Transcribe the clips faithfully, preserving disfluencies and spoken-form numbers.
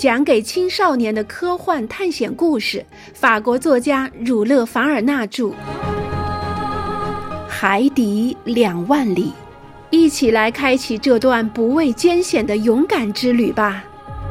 讲给青少年的科幻探险故事，法国作家儒勒·凡尔纳著，《海底两万里》，一起来开启这段不畏艰险的勇敢之旅吧。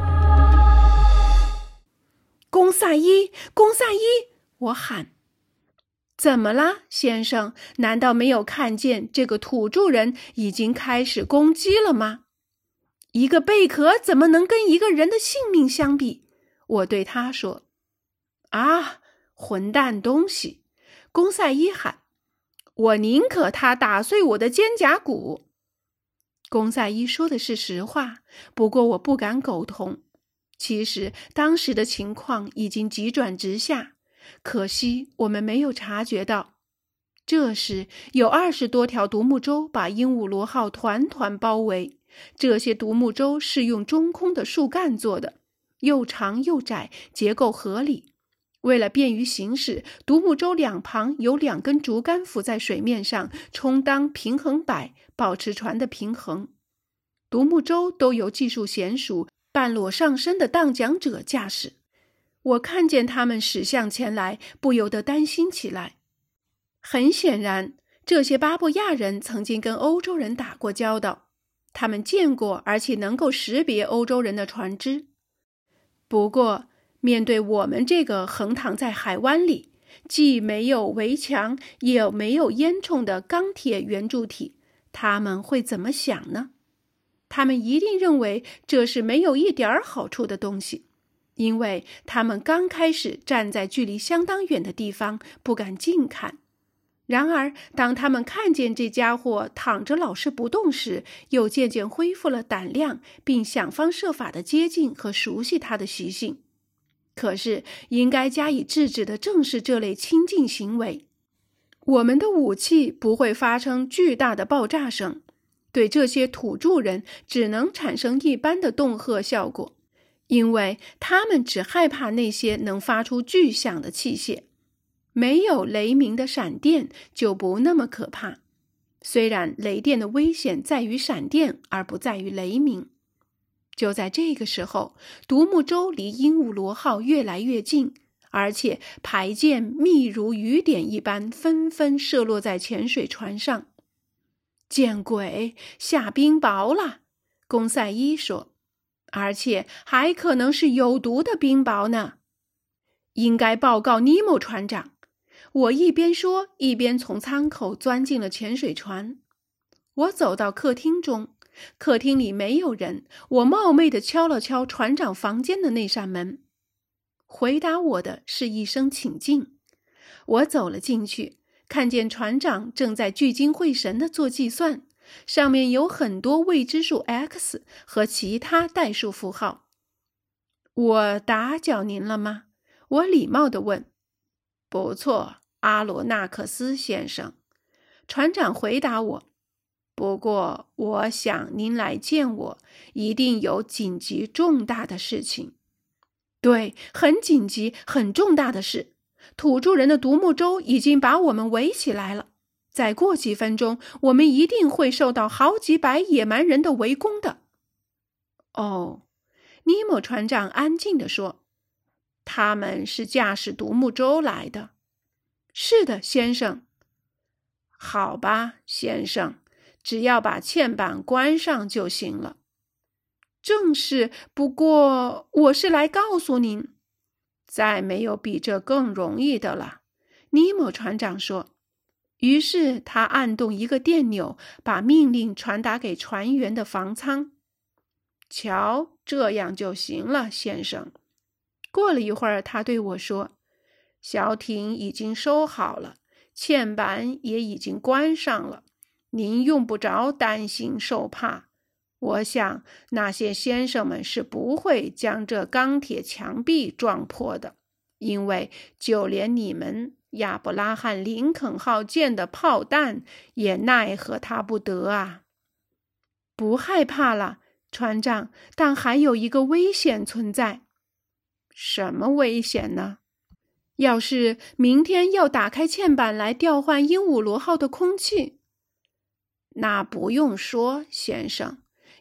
公赛伊，公赛伊！我喊。怎么了，先生？难道没有看见这个土著人已经开始攻击了吗？一个贝壳怎么能跟一个人的性命相比？我对他说。啊，混蛋东西！公赛伊喊。我宁可他打碎我的肩胛骨。公赛伊说的是实话，不过我不敢苟同。其实当时的情况已经急转直下，可惜我们没有察觉到。这时有二十多条独木舟把鹦鹉螺号团团包围，这些独木舟是用中空的树干做的，又长又窄，结构合理。为了便于行驶，独木舟两旁有两根竹竿浮在水面上，充当平衡摆，保持船的平衡。独木舟都由技术娴熟、半裸上身的荡桨者驾驶。我看见他们驶向前来，不由得担心起来。很显然，这些巴布亚人曾经跟欧洲人打过交道，他们见过而且能够识别欧洲人的船只。不过，面对我们这个横躺在海湾里，既没有围墙也没有烟囱的钢铁圆柱体，他们会怎么想呢？他们一定认为这是没有一点好处的东西，因为他们刚开始站在距离相当远的地方，不敢近看。然而当他们看见这家伙躺着老实不动时，又渐渐恢复了胆量，并想方设法地接近和熟悉他的习性。可是应该加以制止的正是这类亲近行为。我们的武器不会发生巨大的爆炸声，对这些土著人只能产生一般的恫吓效果，因为他们只害怕那些能发出巨响的器械。没有雷鸣的闪电就不那么可怕，虽然雷电的危险在于闪电而不在于雷鸣。就在这个时候，独木舟离鹦鹉螺号越来越近，而且排箭密如雨点一般纷纷射落在潜水船上。见鬼，下冰雹了，公赛伊说，而且还可能是有毒的冰雹呢。应该报告尼莫船长。我一边说，一边从舱口钻进了潜水船。我走到客厅中，客厅里没有人，我冒昧地敲了敲船长房间的那扇门。回答我的是一声请进。我走了进去，看见船长正在聚精会神地做计算，上面有很多未知数 X 和其他代数符号。我打搅您了吗？我礼貌地问。不错，阿罗纳克斯先生，船长回答我。不过我想您来见我，一定有紧急重大的事情。对，很紧急很重大的事。土著人的独木舟已经把我们围起来了，再过几分钟我们一定会受到好几百野蛮人的围攻的。哦，尼莫船长安静地说，他们是驾驶独木舟来的。是的，先生。好吧，先生，只要把嵌板关上就行了。正是，不过我是来告诉您，再没有比这更容易的了，尼莫船长说。于是他按动一个电钮，把命令传达给船员的房舱。瞧，这样就行了，先生。过了一会儿，他对我说，小艇已经收好了，嵌板也已经关上了，您用不着担心受怕。我想那些先生们是不会将这钢铁墙壁撞破的，因为就连你们亚伯拉罕·林肯号舰的炮弹也奈何他不得啊。不害怕了，船长，但还有一个危险存在。什么危险呢？要是明天要打开嵌板来调换鹦鹉螺号的空气。那不用说，先生，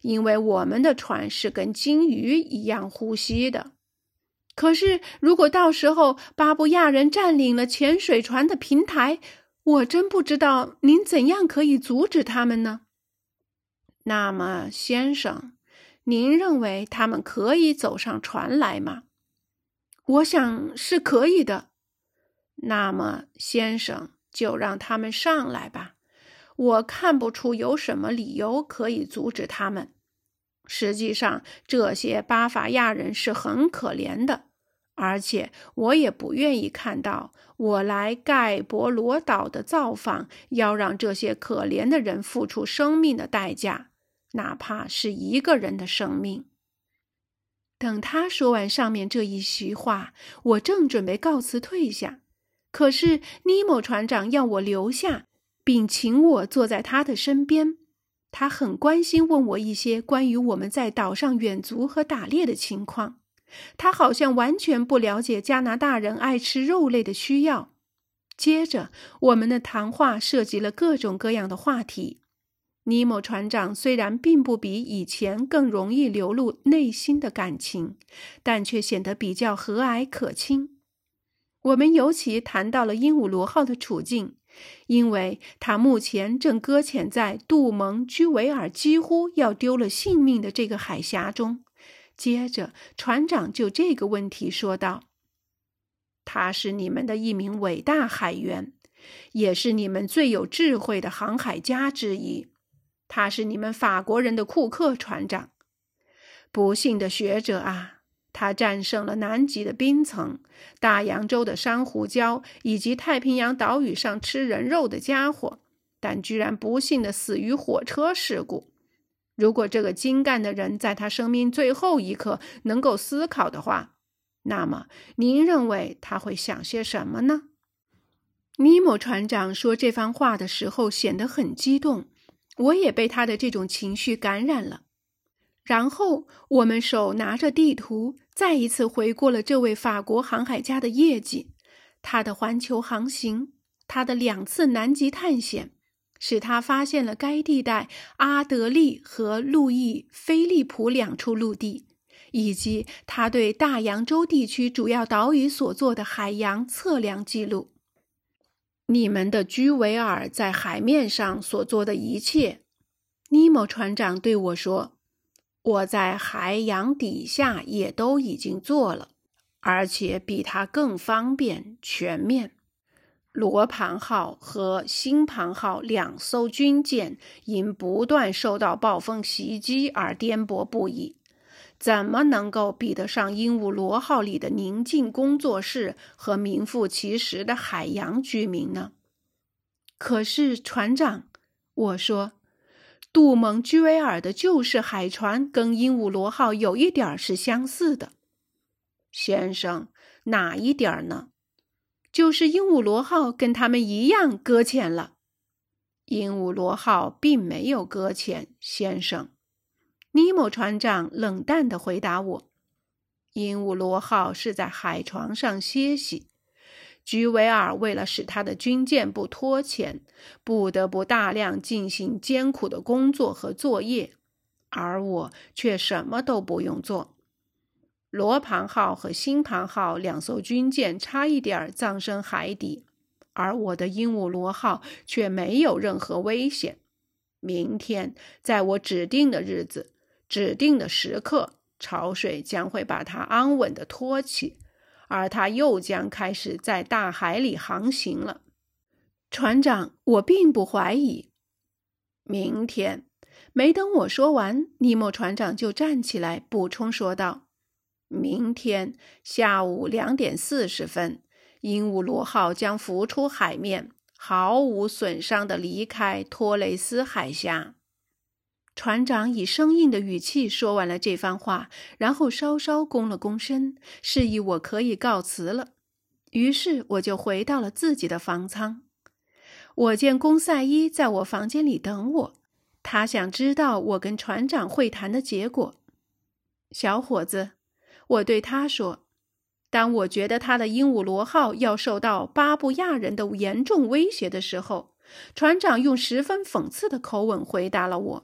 因为我们的船是跟鲸鱼一样呼吸的。可是，如果到时候巴布亚人占领了潜水船的平台，我真不知道您怎样可以阻止他们呢？那么，先生，您认为他们可以走上船来吗？我想是可以的。那么，先生，就让他们上来吧。我看不出有什么理由可以阻止他们。实际上，这些巴伐亚人是很可怜的，而且我也不愿意看到我来盖博罗岛的造访要让这些可怜的人付出生命的代价，哪怕是一个人的生命。等他说完上面这一席话，我正准备告辞退下，可是尼莫船长要我留下，并请我坐在他的身边。他很关心问我一些关于我们在岛上远足和打猎的情况。他好像完全不了解加拿大人爱吃肉类的需要。接着，我们的谈话涉及了各种各样的话题。尼莫船长虽然并不比以前更容易流露内心的感情，但却显得比较和蔼可亲。我们尤其谈到了鹦鹉螺号的处境，因为他目前正搁浅在杜蒙居维尔几乎要丢了性命的这个海峡中。接着，船长就这个问题说道：他是你们的一名伟大海员，也是你们最有智慧的航海家之一。他是你们法国人的库克船长。不幸的学者啊，他战胜了南极的冰层、大洋洲的珊瑚礁以及太平洋岛屿上吃人肉的家伙，但居然不幸地死于火车事故。如果这个精干的人在他生命最后一刻能够思考的话，那么您认为他会想些什么呢？尼莫船长说这番话的时候显得很激动，我也被他的这种情绪感染了。然后我们手拿着地图，再一次回顾了这位法国航海家的业绩，他的环球航行，他的两次南极探险，使他发现了该地带阿德利和路易菲利普两处陆地，以及他对大洋洲地区主要岛屿所做的海洋测量记录。你们的居维尔在海面上所做的一切，尼莫船长对我说，我在海洋底下也都已经做了，而且比它更方便全面。罗盘号和新盘号两艘军舰因不断受到暴风袭击而颠簸不已，怎么能够比得上鹦鹉螺号里的宁静工作室和名副其实的海洋居民呢？可是船长，我说，杜蒙居维尔的旧式海船跟鹦鹉螺号有一点是相似的。先生，哪一点呢？就是鹦鹉螺号跟他们一样搁浅了。鹦鹉螺号并没有搁浅，先生。尼莫船长冷淡地回答我，鹦鹉螺号是在海床上歇息。居维尔为了使他的军舰不脱潜，不得不大量进行艰苦的工作和作业，而我却什么都不用做。罗盘号和新盘号两艘军舰差一点葬身海底，而我的鹦鹉螺号却没有任何危险。明天，在我指定的日子、指定的时刻，潮水将会把它安稳地托起，而它又将开始在大海里航行了。船长，我并不怀疑。明天，没等我说完，尼莫船长就站起来补充说道，明天下午两点四十分，鹦鹉螺号将浮出海面，毫无损伤地离开托雷斯海峡。船长以生硬的语气说完了这番话，然后稍稍躬了躬身，示意我可以告辞了。于是我就回到了自己的房舱。我见公赛伊在我房间里等我，他想知道我跟船长会谈的结果。小伙子，我对他说，当我觉得他的鹦鹉螺号要受到巴布亚人的严重威胁的时候，船长用十分讽刺的口吻回答了我，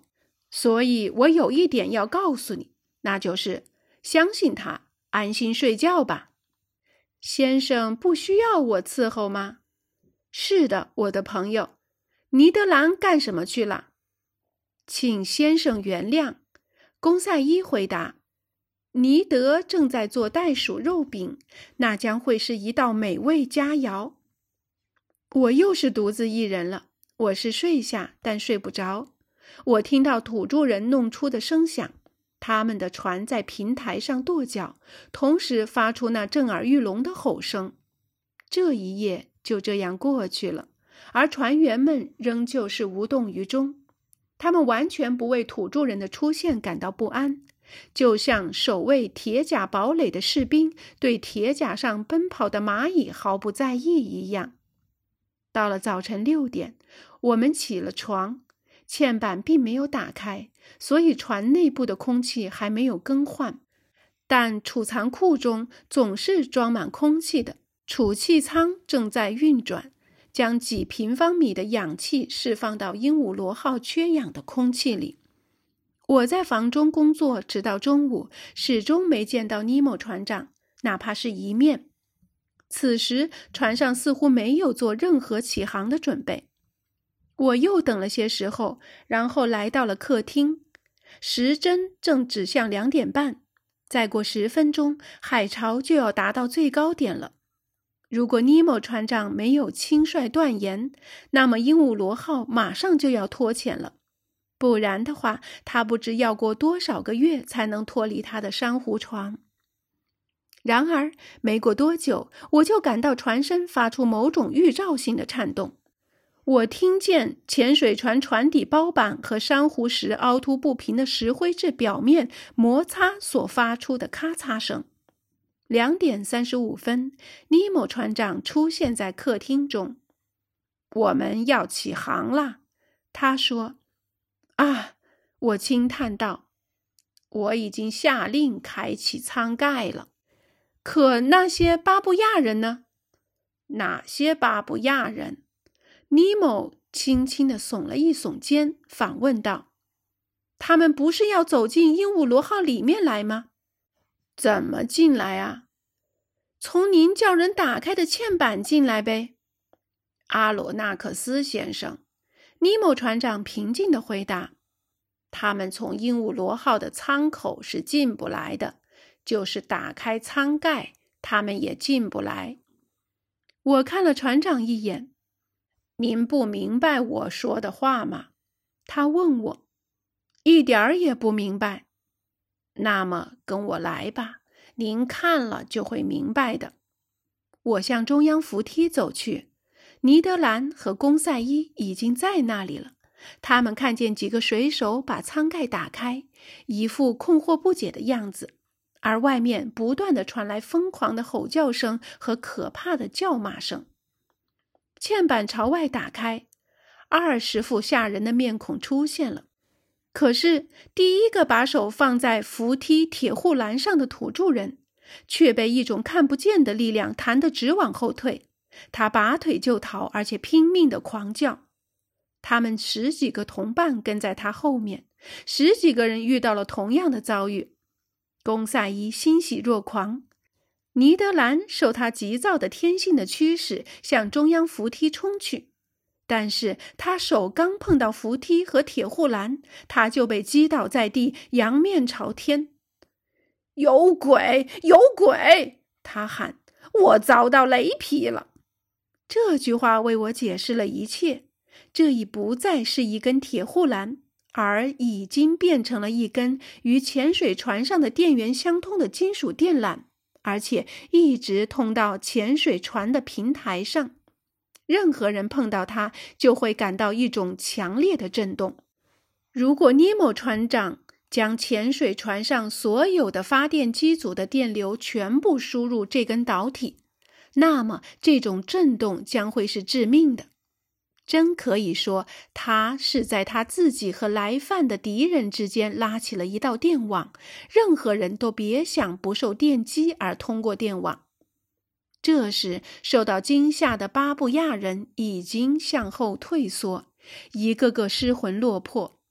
所以我有一点要告诉你，那就是相信他，安心睡觉吧。先生不需要我伺候吗？是的，我的朋友。尼德兰干什么去了？请先生原谅，公赛伊回答。尼德正在做袋鼠肉饼，那将会是一道美味佳肴。我又是独自一人了，我是睡下，但睡不着。我听到土著人弄出的声响，他们的船在平台上跺脚，同时发出那震耳欲聋的吼声。这一夜就这样过去了，而船员们仍旧是无动于衷。他们完全不为土著人的出现感到不安，就像守卫铁甲堡垒的士兵对铁甲上奔跑的蚂蚁毫不在意一样。到了早晨六点，我们起了床，嵌板并没有打开，所以船内部的空气还没有更换，但储藏库中总是装满空气的。储气舱正在运转，将几平方米的氧气释放到鹦鹉螺号缺氧的空气里。我在房中工作直到中午，始终没见到尼莫船长，哪怕是一面。此时船上似乎没有做任何起航的准备。我又等了些时候，然后来到了客厅，时针正指向两点半，再过十分钟，海潮就要达到最高点了。如果尼莫船长没有轻率断言，那么鹦鹉螺号马上就要脱潜了，不然的话，他不知要过多少个月才能脱离他的珊瑚床。然而，没过多久，我就感到船身发出某种预兆性的颤动。我听见潜水船船底包板和珊瑚石凹凸不平的石灰质表面摩擦所发出的咔嚓声。两点三十五分，尼莫船长出现在客厅中。我们要起航了，他说。啊，我轻叹道，我已经下令开启舱盖了。可那些巴布亚人呢？哪些巴布亚人？尼莫轻轻地耸了一耸肩，反问道：他们不是要走进鹦鹉螺号里面来吗？怎么进来啊？从您叫人打开的嵌板进来呗。阿罗纳克斯先生，尼莫船长平静地回答，他们从鹦鹉螺号的舱口是进不来的，就是打开舱盖，他们也进不来。我看了船长一眼。您不明白我说的话吗？他问我。一点儿也不明白。那么跟我来吧，您看了就会明白的。我向中央扶梯走去，尼德兰和公赛伊已经在那里了。他们看见几个水手把舱盖打开，一副困惑不解的样子，而外面不断地传来疯狂的吼叫声和可怕的叫骂声。嵌板朝外打开，二十副吓人的面孔出现了。可是第一个把手放在扶梯铁护栏上的土著人，却被一种看不见的力量弹得直往后退。他拔腿就逃，而且拼命地狂叫。他们十几个同伴跟在他后面，十几个人遇到了同样的遭遇。公赛伊欣喜若狂，尼德兰受他急躁的天性的驱使，向中央扶梯冲去。但是他手刚碰到扶梯和铁护栏，他就被击倒在地，仰面朝天。有鬼！有鬼！他喊，我遭到雷劈了。这句话为我解释了一切。这已不再是一根铁护栏，而已经变成了一根与潜水船上的电源相通的金属电缆，而且一直通到潜水船的平台上。任何人碰到它，就会感到一种强烈的震动。如果尼莫船长将潜水船上所有的发电机组的电流全部输入这根导体，那么这种震动将会是致命的。真可以说，他是在他自己和来犯的敌人之间拉起了一道电网，任何人都别想不受电击而通过电网。这时，受到惊吓的巴布亚人已经向后退缩，一个个失魂落魄。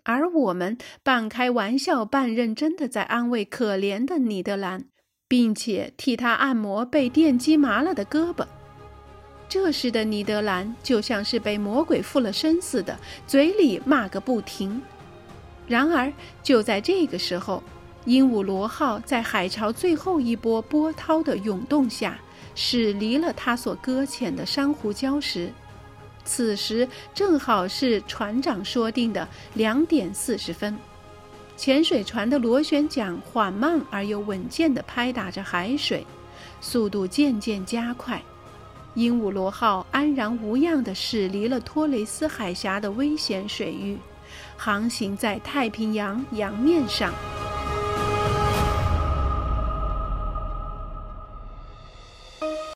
而我们半开玩笑半认真地在安慰可怜的尼德兰，并且替他按摩被电击麻了的胳膊。这时的尼德兰就像是被魔鬼附了身似的，嘴里骂个不停。然而就在这个时候，鹦鹉螺号在海潮最后一波波涛的涌动下驶离了它所搁浅的珊瑚礁时，此时正好是船长说定的两点四十分。潜水船的螺旋桨缓慢而又稳健地拍打着海水，速度渐渐加快。鹦鹉螺号安然无恙地驶离了托雷斯海峡的危险水域，航行在太平洋洋面上。